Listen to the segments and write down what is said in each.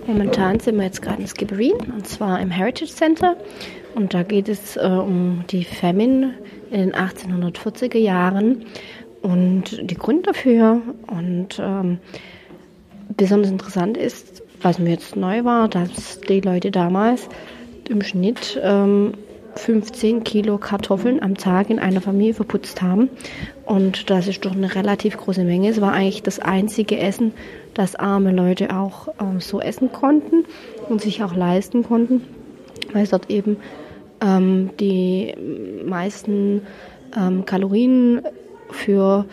Momentan sind wir jetzt gerade in Skibbereen, und zwar im Heritage Center. Und da geht es um die Famine in den 1840er Jahren und die Gründe dafür. Und besonders interessant ist, was mir jetzt neu war, dass die Leute damals im Schnitt 15 Kilo Kartoffeln am Tag in einer Familie verputzt haben. Und das ist doch eine relativ große Menge. Es war eigentlich das einzige Essen, das arme Leute auch so essen konnten und sich auch leisten konnten, weil es dort eben die meisten Kalorien für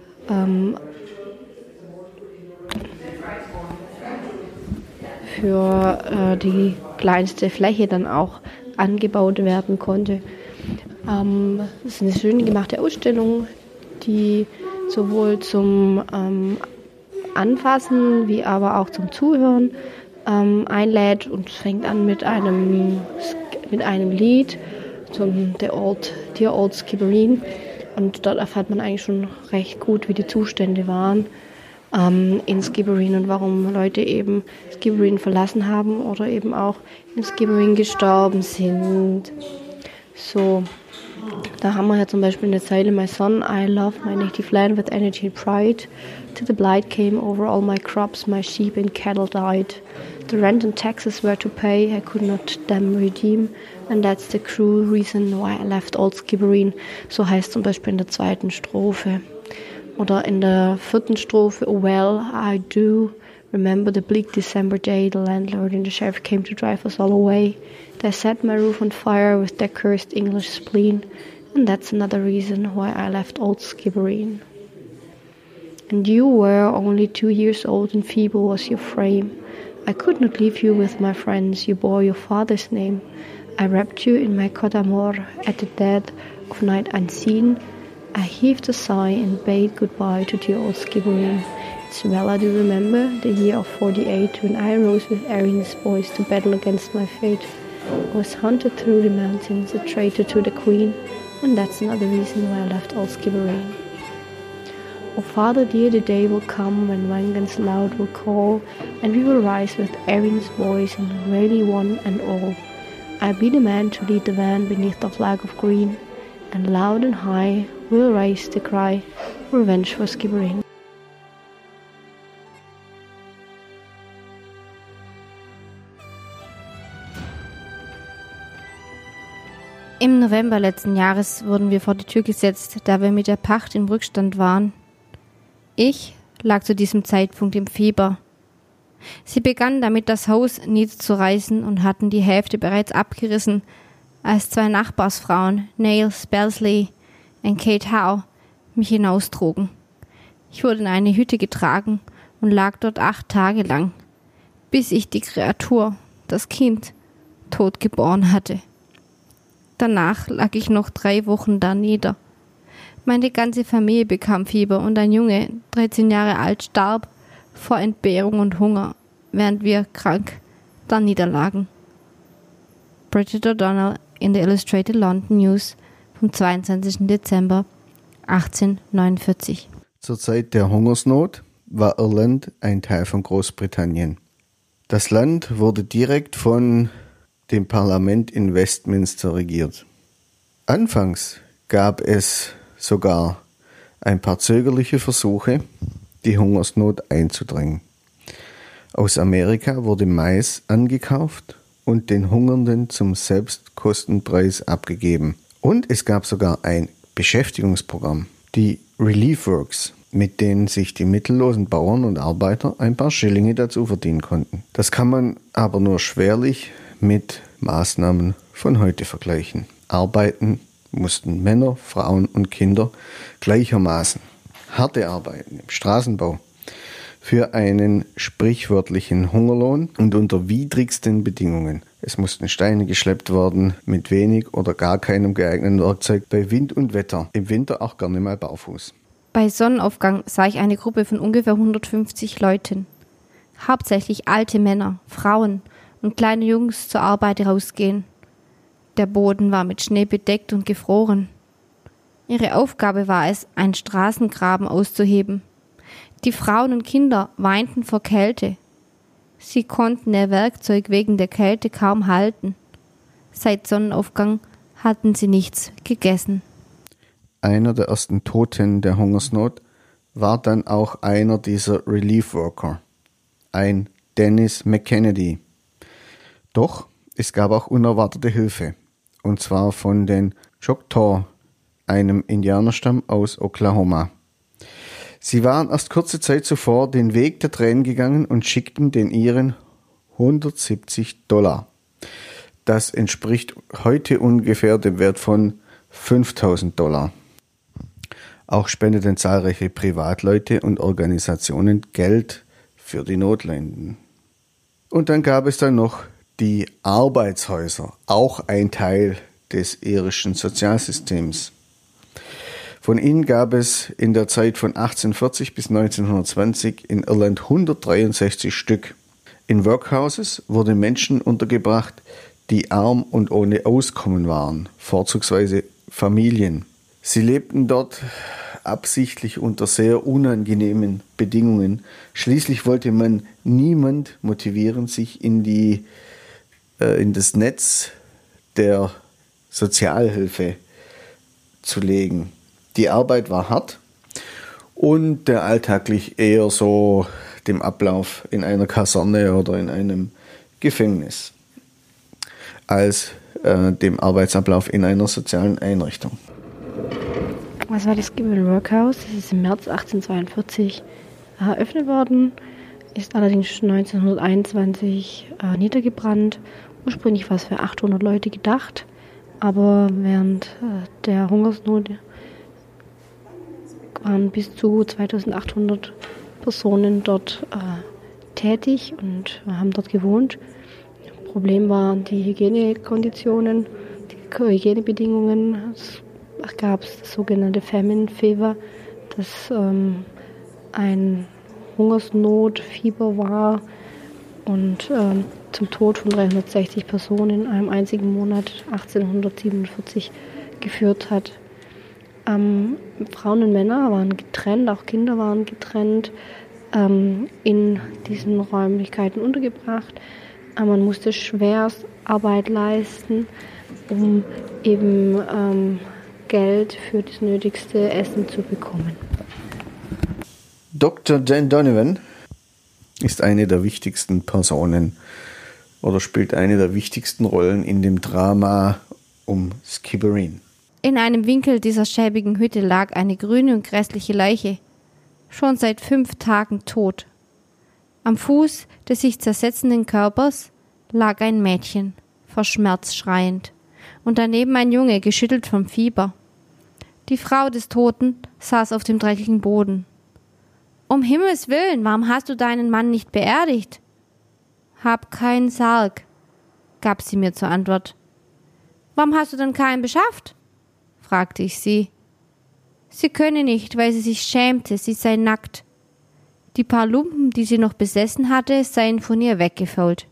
die kleinste Fläche dann auch angebaut werden konnte. Das ist eine schön gemachte Ausstellung, die sowohl zum Anfassen wie aber auch zum Zuhören einlädt, und fängt an mit einem Lied zum Dear Old Skibbereen, und dort erfährt man eigentlich schon recht gut, wie die Zustände waren in Skibbereen und warum Leute eben Skibbereen verlassen haben oder eben auch in Skibbereen gestorben sind. So, da haben wir ja zum Beispiel eine Zeile: My son, I love my native land with energy and pride. Till the blight came over all my crops, my sheep and cattle died. The rent and taxes were to pay, I could not them redeem. And that's the cruel reason why I left old Skibbereen. So heißt zum Beispiel in der zweiten Strophe. Oder in der vierten Strophe: Oh well, I do remember the bleak December day. The landlord and the sheriff came to drive us all away. They set my roof on fire with their cursed English spleen. And that's another reason why I left old Skibbereen. And you were only 2 years old, and feeble was your frame. I could not leave you with my friends, you bore your father's name. I wrapped you in my coat d'amore at the dead of night unseen. I heaved a sigh and bade goodbye to dear old Skibbereen. It's well I do remember the year of 48, when I rose with Erin's boys to battle against my fate. I was hunted through the mountains, a traitor to the queen, and that's another reason why I left old Skibbereen. Oh father dear, the day will come when vengeance loud will call, and we will rise with Erin's boys and rally one and all. I'll be the man to lead the van beneath the flag of green, and loud and high we'll raise the cry, Revenge for Skibbereen. Im November letzten Jahres wurden wir vor die Tür gesetzt, da wir mit der Pacht im Rückstand waren. Ich lag zu diesem Zeitpunkt im Fieber. Sie begannen damit, das Haus niederzureißen und hatten die Hälfte bereits abgerissen, als 2 Nachbarsfrauen, Neil Spelsley und Kate Howe, mich hinaustrugen. Ich wurde in eine Hütte getragen und lag dort 8 Tage lang, bis ich die Kreatur, das Kind, tot geboren hatte. Danach lag ich noch 3 Wochen da nieder. Meine ganze Familie bekam Fieber und ein Junge, 13 Jahre alt, starb vor Entbehrung und Hunger, während wir krank da niederlagen. Bridget O'Donnell in der Illustrated London News vom 22. Dezember 1849. Zur Zeit der Hungersnot war Irland ein Teil von Großbritannien. Das Land wurde direkt von dem Parlament in Westminster regiert. Anfangs gab es sogar ein paar zögerliche Versuche, die Hungersnot einzudrängen. Aus Amerika wurde Mais angekauft und den Hungernden zum Selbstkostenpreis abgegeben. Und es gab sogar ein Beschäftigungsprogramm, die Relief Works, mit denen sich die mittellosen Bauern und Arbeiter ein paar Schillinge dazu verdienen konnten. Das kann man aber nur schwerlich mit Maßnahmen von heute vergleichen. Arbeiten mussten Männer, Frauen und Kinder gleichermaßen. Harte Arbeiten im Straßenbau für einen sprichwörtlichen Hungerlohn und unter widrigsten Bedingungen. Es mussten Steine geschleppt werden mit wenig oder gar keinem geeigneten Werkzeug, bei Wind und Wetter, im Winter auch gerne mal barfuß. Bei Sonnenaufgang sah ich eine Gruppe von ungefähr 150 Leuten. Hauptsächlich alte Männer, Frauen und kleine Jungs zur Arbeit rausgehen. Der Boden war mit Schnee bedeckt und gefroren. Ihre Aufgabe war es, einen Straßengraben auszuheben. Die Frauen und Kinder weinten vor Kälte. Sie konnten ihr Werkzeug wegen der Kälte kaum halten. Seit Sonnenaufgang hatten sie nichts gegessen. Einer der ersten Toten der Hungersnot war dann auch einer dieser Relief Worker, ein Dennis McKennedy. Doch es gab auch unerwartete Hilfe, und zwar von den Choctaw, einem Indianerstamm aus Oklahoma. Sie waren erst kurze Zeit zuvor den Weg der Tränen gegangen und schickten den Iren $170. Das entspricht heute ungefähr dem Wert von $5.000. Auch spendeten zahlreiche Privatleute und Organisationen Geld für die Notleidenden. Und dann gab es dann noch die Arbeitshäuser, auch ein Teil des irischen Sozialsystems. Von ihnen gab es in der Zeit von 1840 bis 1920 in Irland 163 Stück. In Workhouses wurden Menschen untergebracht, die arm und ohne Auskommen waren, vorzugsweise Familien. Sie lebten dort absichtlich unter sehr unangenehmen Bedingungen. Schließlich wollte man niemand motivieren, sich in das Netz der Sozialhilfe zu legen. Die Arbeit war hart und der Alltag glich eher so dem Ablauf in einer Kaserne oder in einem Gefängnis als dem Arbeitsablauf in einer sozialen Einrichtung. Was war das Skibbereen Workhouse? Das ist im März 1842 eröffnet worden, ist allerdings 1921 niedergebrannt. Ursprünglich war es für 800 Leute gedacht, aber während der Hungersnot waren bis zu 2800 Personen dort tätig und haben dort gewohnt. Problem waren die Hygienekonditionen, die Hygienebedingungen. Es gab das sogenannte Famine Fever, das ein Hungersnotfieber war und zum Tod von 360 Personen in einem einzigen Monat 1847 geführt hat. Frauen und Männer waren getrennt, auch Kinder waren getrennt, in diesen Räumlichkeiten untergebracht. Man musste schwerst Arbeit leisten, um eben Geld für das nötigste Essen zu bekommen. Dr. Dan Donovan ist eine der wichtigsten Personen oder spielt eine der wichtigsten Rollen in dem Drama um Skibbereen. In einem Winkel dieser schäbigen Hütte lag eine grüne und grässliche Leiche, schon seit 5 Tagen tot. Am Fuß des sich zersetzenden Körpers lag ein Mädchen, vor Schmerz schreiend, und daneben ein Junge, geschüttelt vom Fieber. Die Frau des Toten saß auf dem dreckigen Boden. »Um Himmels Willen, warum hast du deinen Mann nicht beerdigt?« »Hab keinen Sarg«, gab sie mir zur Antwort. »Warum hast du denn keinen beschafft?« fragte ich sie. Sie könne nicht, weil sie sich schämte, sie sei nackt. Die paar Lumpen, die sie noch besessen hatte, seien von ihr weggefault.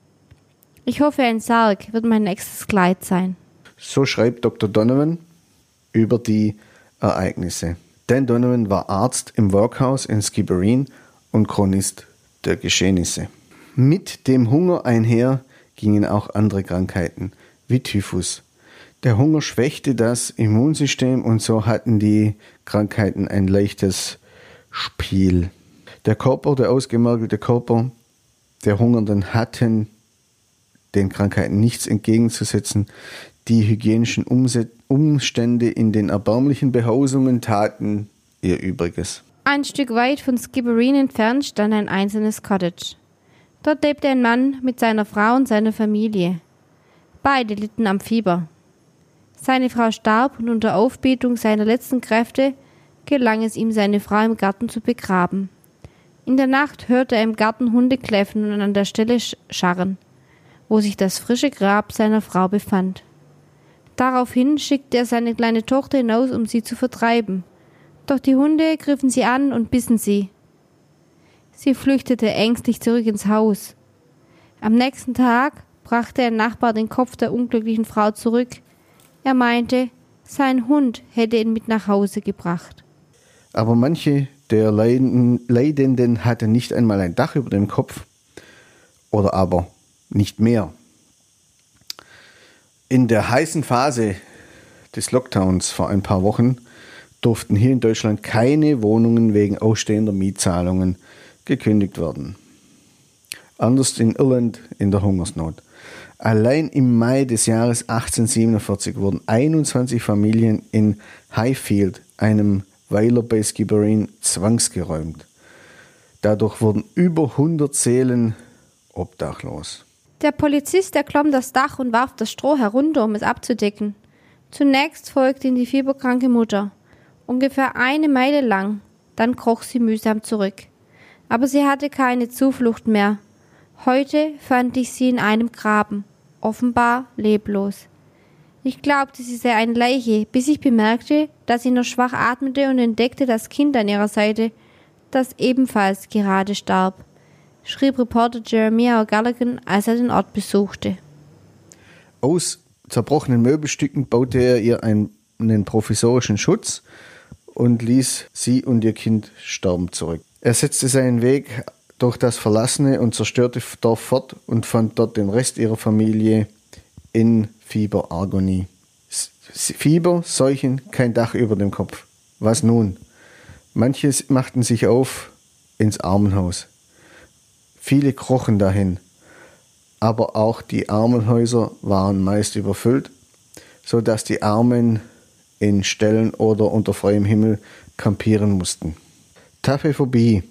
Ich hoffe, ein Sarg wird mein nächstes Kleid sein. So schreibt Dr. Donovan über die Ereignisse. Dan Donovan war Arzt im Workhouse in Skibbereen und Chronist der Geschehnisse. Mit dem Hunger einher gingen auch andere Krankheiten, wie Typhus. Der Hunger schwächte das Immunsystem und so hatten die Krankheiten ein leichtes Spiel. Der ausgemergelte Körper der Hungernden hatten den Krankheiten nichts entgegenzusetzen. Die hygienischen Umstände in den erbärmlichen Behausungen taten ihr Übriges. Ein Stück weit von Skibbereen entfernt stand ein einzelnes Cottage. Dort lebte ein Mann mit seiner Frau und seiner Familie. Beide litten am Fieber. Seine Frau starb und unter Aufbietung seiner letzten Kräfte gelang es ihm, seine Frau im Garten zu begraben. In der Nacht hörte er im Garten Hunde kläffen und an der Stelle scharren, wo sich das frische Grab seiner Frau befand. Daraufhin schickte er seine kleine Tochter hinaus, um sie zu vertreiben. Doch die Hunde griffen sie an und bissen sie. Sie flüchtete ängstlich zurück ins Haus. Am nächsten Tag brachte ein Nachbar den Kopf der unglücklichen Frau zurück. Er meinte, sein Hund hätte ihn mit nach Hause gebracht. Aber manche der Leidenden hatten nicht einmal ein Dach über dem Kopf oder aber nicht mehr. In der heißen Phase des Lockdowns vor ein paar Wochen durften hier in Deutschland keine Wohnungen wegen ausstehender Mietzahlungen gekündigt werden. Anders in Irland in der Hungersnot. Allein im Mai des Jahres 1847 wurden 21 Familien in Highfield, einem Weiler bei Skibbereen, zwangsgeräumt. Dadurch wurden über 100 Seelen obdachlos. Der Polizist erklomm das Dach und warf das Stroh herunter, um es abzudecken. Zunächst folgte ihm die fieberkranke Mutter, ungefähr 1 Meile lang, dann kroch sie mühsam zurück. Aber sie hatte keine Zuflucht mehr. Heute fand ich sie in einem Graben, offenbar leblos. Ich glaubte, sie sei eine Leiche, bis ich bemerkte, dass sie nur schwach atmete und entdeckte das Kind an ihrer Seite, das ebenfalls gerade starb, schrieb Reporter Jeremiah O'Callaghan, als er den Ort besuchte. Aus zerbrochenen Möbelstücken baute er ihr einen provisorischen Schutz und ließ sie und ihr Kind sterben zurück. Er setzte seinen Weg durch das verlassene und zerstörte Dorf fort und fand dort den Rest ihrer Familie in Fieber-Agonie. Fieber, Seuchen, kein Dach über dem Kopf. Was nun? Manche machten sich auf ins Armenhaus. Viele krochen dahin, aber auch die Armenhäuser waren meist überfüllt, so dass die Armen in Ställen oder unter freiem Himmel kampieren mussten. Taphophobie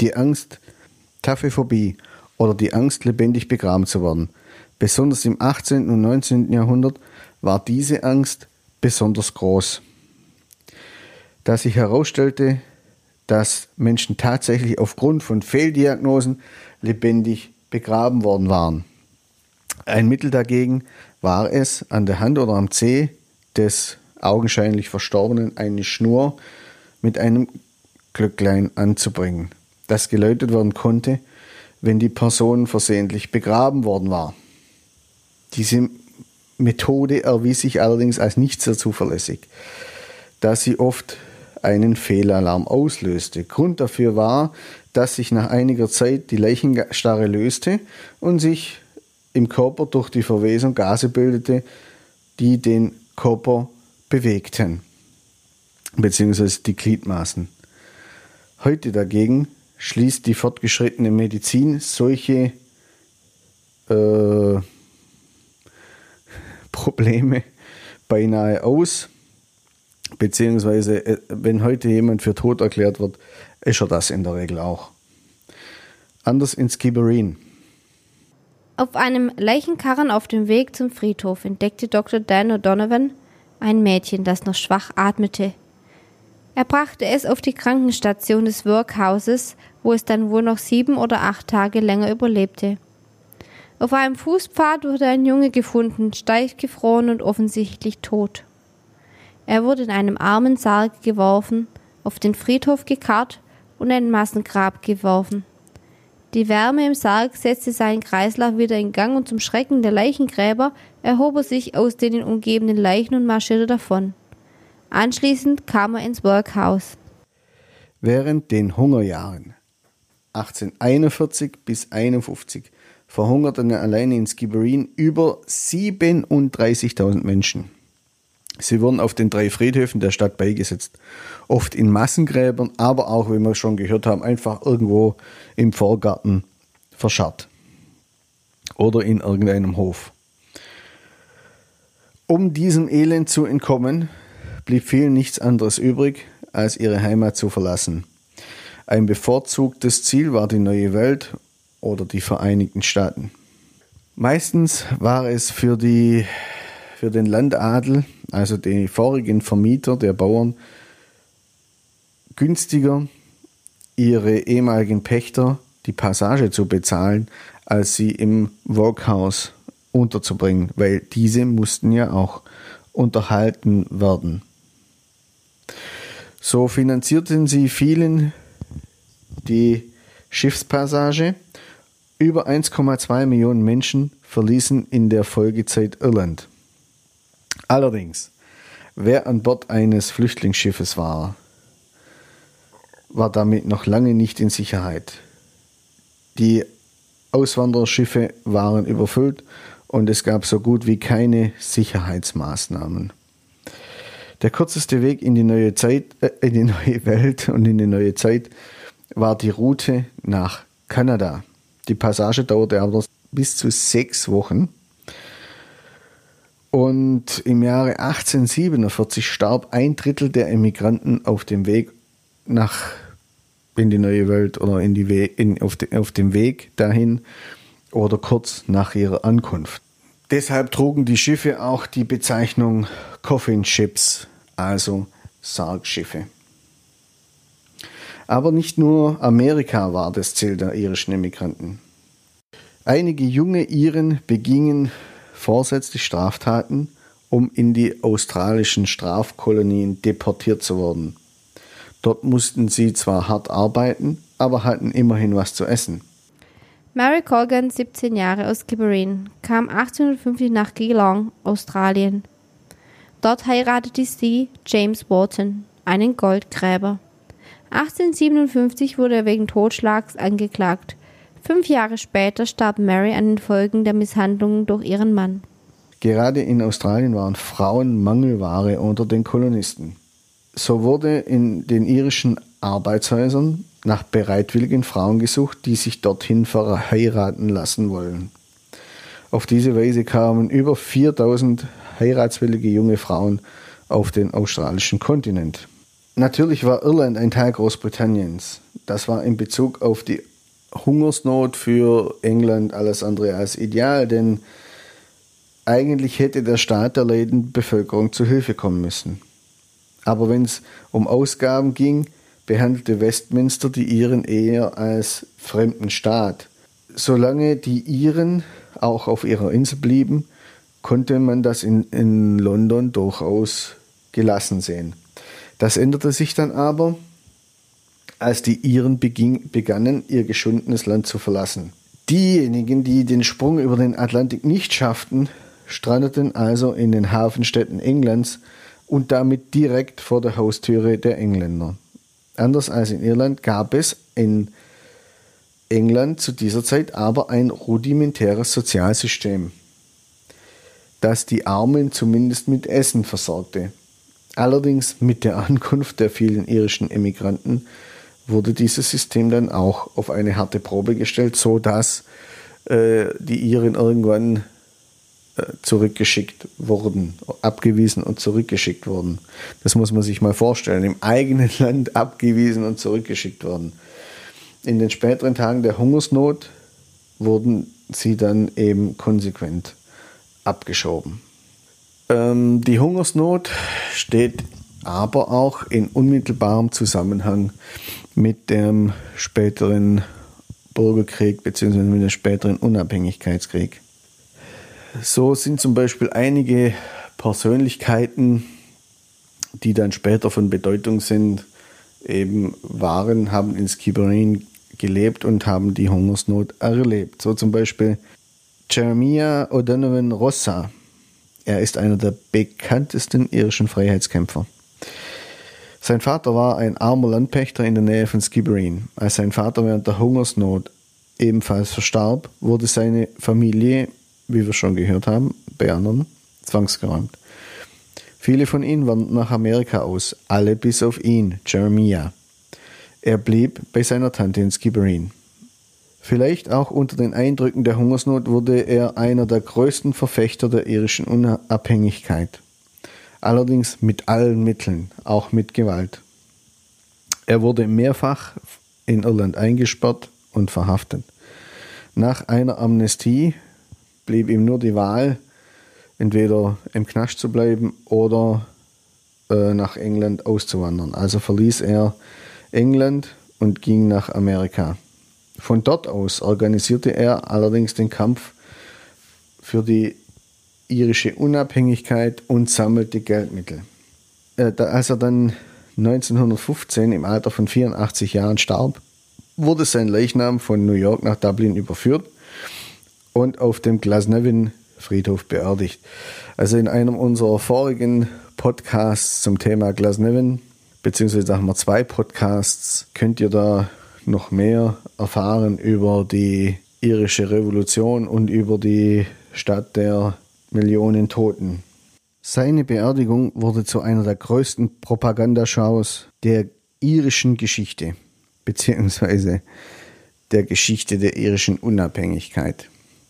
oder die Angst, lebendig begraben zu werden. Besonders im 18. und 19. Jahrhundert war diese Angst besonders groß, da sich herausstellte, dass Menschen tatsächlich aufgrund von Fehldiagnosen lebendig begraben worden waren. Ein Mittel dagegen war es, an der Hand oder am Zeh des augenscheinlich Verstorbenen eine Schnur mit einem Glöcklein anzubringen, das geläutet werden konnte, wenn die Person versehentlich begraben worden war. Diese Methode erwies sich allerdings als nicht sehr zuverlässig, da sie oft einen Fehlalarm auslöste. Grund dafür war, dass sich nach einiger Zeit die Leichenstarre löste und sich im Körper durch die Verwesung Gase bildete, die den Körper bewegten, beziehungsweise die Gliedmaßen. Heute dagegen schließt die fortgeschrittene Medizin solche Probleme beinahe aus, beziehungsweise wenn heute jemand für tot erklärt wird, ist er das in der Regel auch. Anders in Skibbereen. Auf einem Leichenkarren auf dem Weg zum Friedhof entdeckte Dr. Dan O'Donovan ein Mädchen, das noch schwach atmete. Er brachte es auf die Krankenstation des Workhouses, wo es dann wohl noch 7 oder 8 Tage länger überlebte. Auf einem Fußpfad wurde ein Junge gefunden, steif gefroren und offensichtlich tot. Er wurde in einem Armensarg geworfen, auf den Friedhof gekarrt und in ein Massengrab geworfen. Die Wärme im Sarg setzte seinen Kreislauf wieder in Gang und zum Schrecken der Leichengräber erhob er sich aus den ihn umgebenden Leichen und marschierte davon. Anschließend kam er ins Workhouse. Während den Hungerjahren 1841 bis 1851 verhungerten alleine in Skibbereen über 37.000 Menschen. Sie wurden auf den 3 Friedhöfen der Stadt beigesetzt, oft in Massengräbern, aber auch, wie wir schon gehört haben, einfach irgendwo im Vorgarten verscharrt oder in irgendeinem Hof. Um diesem Elend zu entkommen, blieb vielen nichts anderes übrig, als ihre Heimat zu verlassen. Ein bevorzugtes Ziel war die neue Welt oder die Vereinigten Staaten. Meistens war es für den Landadel, also die vorigen Vermieter der Bauern, günstiger, ihre ehemaligen Pächter die Passage zu bezahlen, als sie im Workhouse unterzubringen, weil diese mussten ja auch unterhalten werden. So finanzierten sie vielen die Schiffspassage. Über 1,2 Millionen Menschen verließen in der Folgezeit Irland. Allerdings, wer an Bord eines Flüchtlingsschiffes war damit noch lange nicht in Sicherheit. Die Auswandererschiffe waren überfüllt und es gab so gut wie keine Sicherheitsmaßnahmen. Der kürzeste Weg in die neue Welt und in die neue Zeit war die Route nach Kanada. Die Passage dauerte aber bis zu 6 Wochen. Und im Jahre 1847 starb 1/3 der Emigranten auf dem Weg in die neue Welt oder auf dem Weg dahin oder kurz nach ihrer Ankunft. Deshalb trugen die Schiffe auch die Bezeichnung Coffin Ships, also Sargschiffe. Aber nicht nur Amerika war das Ziel der irischen Emigranten. Einige junge Iren begingen vorsätzlich Straftaten, um in die australischen Strafkolonien deportiert zu werden. Dort mussten sie zwar hart arbeiten, aber hatten immerhin was zu essen. Mary Colgan, 17 Jahre, aus Skibbereen, kam 1850 nach Geelong, Australien. Dort heiratete sie James Wharton, einen Goldgräber. 1857 wurde er wegen Totschlags angeklagt. 5 Jahre später starb Mary an den Folgen der Misshandlungen durch ihren Mann. Gerade in Australien waren Frauen Mangelware unter den Kolonisten. So wurde in den irischen Arbeitshäusern nach bereitwilligen Frauen gesucht, die sich dorthin verheiraten lassen wollen. Auf diese Weise kamen über 4000 heiratswillige junge Frauen auf den australischen Kontinent. Natürlich war Irland ein Teil Großbritanniens. Das war in Bezug auf die Hungersnot für England alles andere als ideal, denn eigentlich hätte der Staat der leidenden Bevölkerung zu Hilfe kommen müssen. Aber wenn es um Ausgaben ging, behandelte Westminster die Iren eher als fremden Staat. Solange die Iren auch auf ihrer Insel blieben, konnte man das in London durchaus gelassen sehen. Das änderte sich dann aber, als die Iren begannen, ihr geschundenes Land zu verlassen. Diejenigen, die den Sprung über den Atlantik nicht schafften, strandeten also in den Hafenstädten Englands und damit direkt vor der Haustüre der Engländer. Anders als in Irland gab es in England zu dieser Zeit aber ein rudimentäres Sozialsystem, das die Armen zumindest mit Essen versorgte. Allerdings mit der Ankunft der vielen irischen Emigranten wurde dieses System dann auch auf eine harte Probe gestellt, so dass die Iren irgendwann zurückgeschickt wurden, abgewiesen und zurückgeschickt wurden. Das muss man sich mal vorstellen, im eigenen Land abgewiesen und zurückgeschickt worden. In den späteren Tagen der Hungersnot wurden sie dann eben konsequent abgeschoben. Die Hungersnot steht aber auch in unmittelbarem Zusammenhang mit dem späteren Bürgerkrieg bzw. mit dem späteren Unabhängigkeitskrieg. So sind zum Beispiel einige Persönlichkeiten, die dann später von Bedeutung sind, haben in Skibbereen gelebt und haben die Hungersnot erlebt. So zum Beispiel Jeremiah O'Donovan Rossa. Er ist einer der bekanntesten irischen Freiheitskämpfer. Sein Vater war ein armer Landpächter in der Nähe von Skibbereen. Als sein Vater während der Hungersnot ebenfalls verstarb, wurde seine Familie, wie wir schon gehört haben, bei anderen zwangsgeräumt. Viele von ihnen wanderten nach Amerika aus, alle bis auf ihn, Jeremiah. Er blieb bei seiner Tante in Skibbereen. Vielleicht auch unter den Eindrücken der Hungersnot wurde er einer der größten Verfechter der irischen Unabhängigkeit. Allerdings mit allen Mitteln, auch mit Gewalt. Er wurde mehrfach in Irland eingesperrt und verhaftet. Nach einer Amnestie blieb ihm nur die Wahl, entweder im Knast zu bleiben oder nach England auszuwandern. Also verließ er England und ging nach Amerika. Von dort aus organisierte er allerdings den Kampf für die irische Unabhängigkeit und sammelte Geldmittel. Als er dann 1915 im Alter von 84 Jahren starb, wurde sein Leichnam von New York nach Dublin überführt und auf dem Glasnevin-Friedhof beerdigt. Also in einem unserer vorigen Podcasts zum Thema Glasnevin, beziehungsweise sagen wir 2 Podcasts, könnt ihr da noch mehr erfahren über die irische Revolution und über die Stadt der Millionen Toten. Seine Beerdigung wurde zu einer der größten Propagandashows der irischen Geschichte, beziehungsweise der Geschichte der irischen Unabhängigkeit.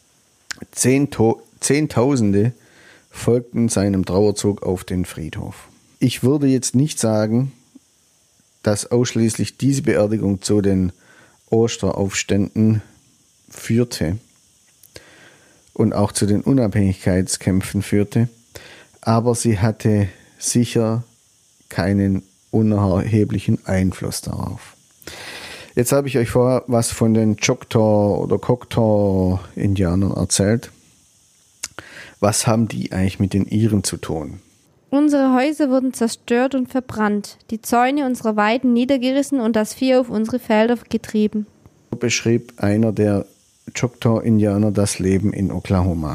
Zehntausende folgten seinem Trauerzug auf den Friedhof. Ich würde jetzt nicht sagen, dass ausschließlich diese Beerdigung zu den Osteraufständen führte und auch zu den Unabhängigkeitskämpfen führte, aber sie hatte sicher keinen unerheblichen Einfluss darauf. Jetzt habe ich euch vorher was von den Choctaw oder Choctaw-Indianern erzählt. Was haben die eigentlich mit den Iren zu tun? Unsere Häuser wurden zerstört und verbrannt, die Zäune unserer Weiden niedergerissen und das Vieh auf unsere Felder getrieben. So beschrieb einer der Choctaw-Indianer das Leben in Oklahoma.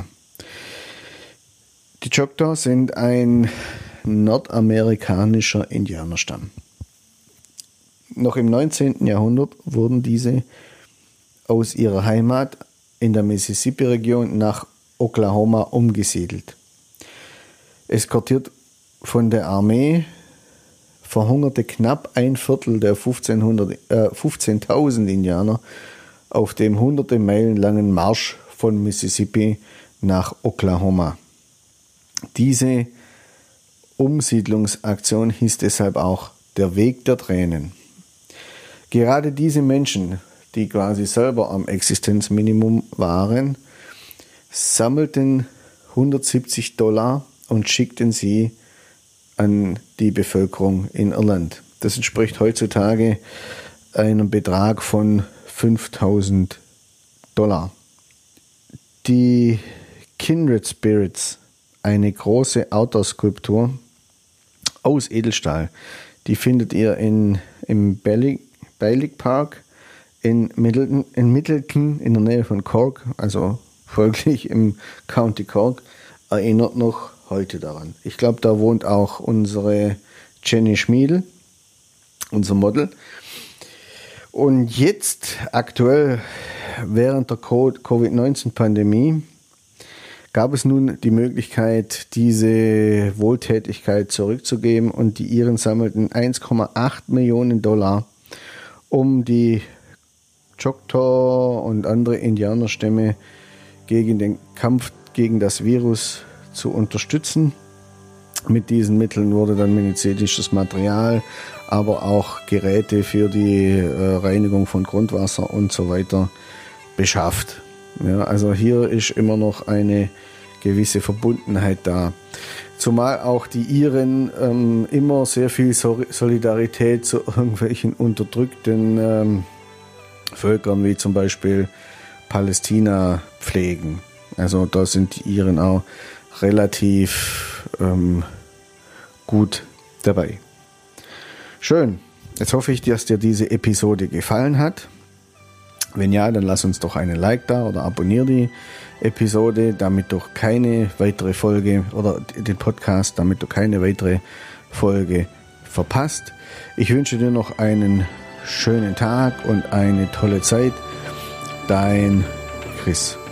Die Choctaw sind ein nordamerikanischer Indianerstamm. Noch im 19. Jahrhundert wurden diese aus ihrer Heimat in der Mississippi-Region nach Oklahoma umgesiedelt. Eskortiert von der Armee verhungerte knapp ein Viertel der 15.000 Indianer auf dem hunderte Meilen langen Marsch von Mississippi nach Oklahoma. Diese Umsiedlungsaktion hieß deshalb auch der Weg der Tränen. Gerade diese Menschen, die quasi selber am Existenzminimum waren, sammelten $170 und schickten sie an die Bevölkerung in Irland. Das entspricht heutzutage einem Betrag von $5.000. Die Kindred Spirits, eine große Outdoor-Skulptur aus Edelstahl, die findet ihr im Baylig Park in Middleton in der Nähe von Cork, also folglich im County Cork, erinnert noch heute daran. Ich glaube, da wohnt auch unsere Jenny Schmiedl, unser Model. Und jetzt aktuell während der Covid-19-Pandemie gab es nun die Möglichkeit, diese Wohltätigkeit zurückzugeben, und die Iren sammelten $1,8 Millionen, um die Choctaw und andere Indianerstämme gegen den Kampf gegen das Virus zu unterstützen. Mit diesen Mitteln wurde dann medizinisches Material, aber auch Geräte für die Reinigung von Grundwasser und so weiter beschafft. Ja, also hier ist immer noch eine gewisse Verbundenheit da. Zumal auch die Iren immer sehr viel Solidarität zu irgendwelchen unterdrückten Völkern wie zum Beispiel Palästina pflegen. Also da sind die Iren auch relativ gut dabei. Schön. Jetzt hoffe ich, dass dir diese Episode gefallen hat. Wenn ja, dann lass uns doch einen Like da oder abonniere die Episode, damit du keine weitere Folge oder den Podcast, damit du keine weitere Folge verpasst. Ich wünsche dir noch einen schönen Tag und eine tolle Zeit. Dein Chris.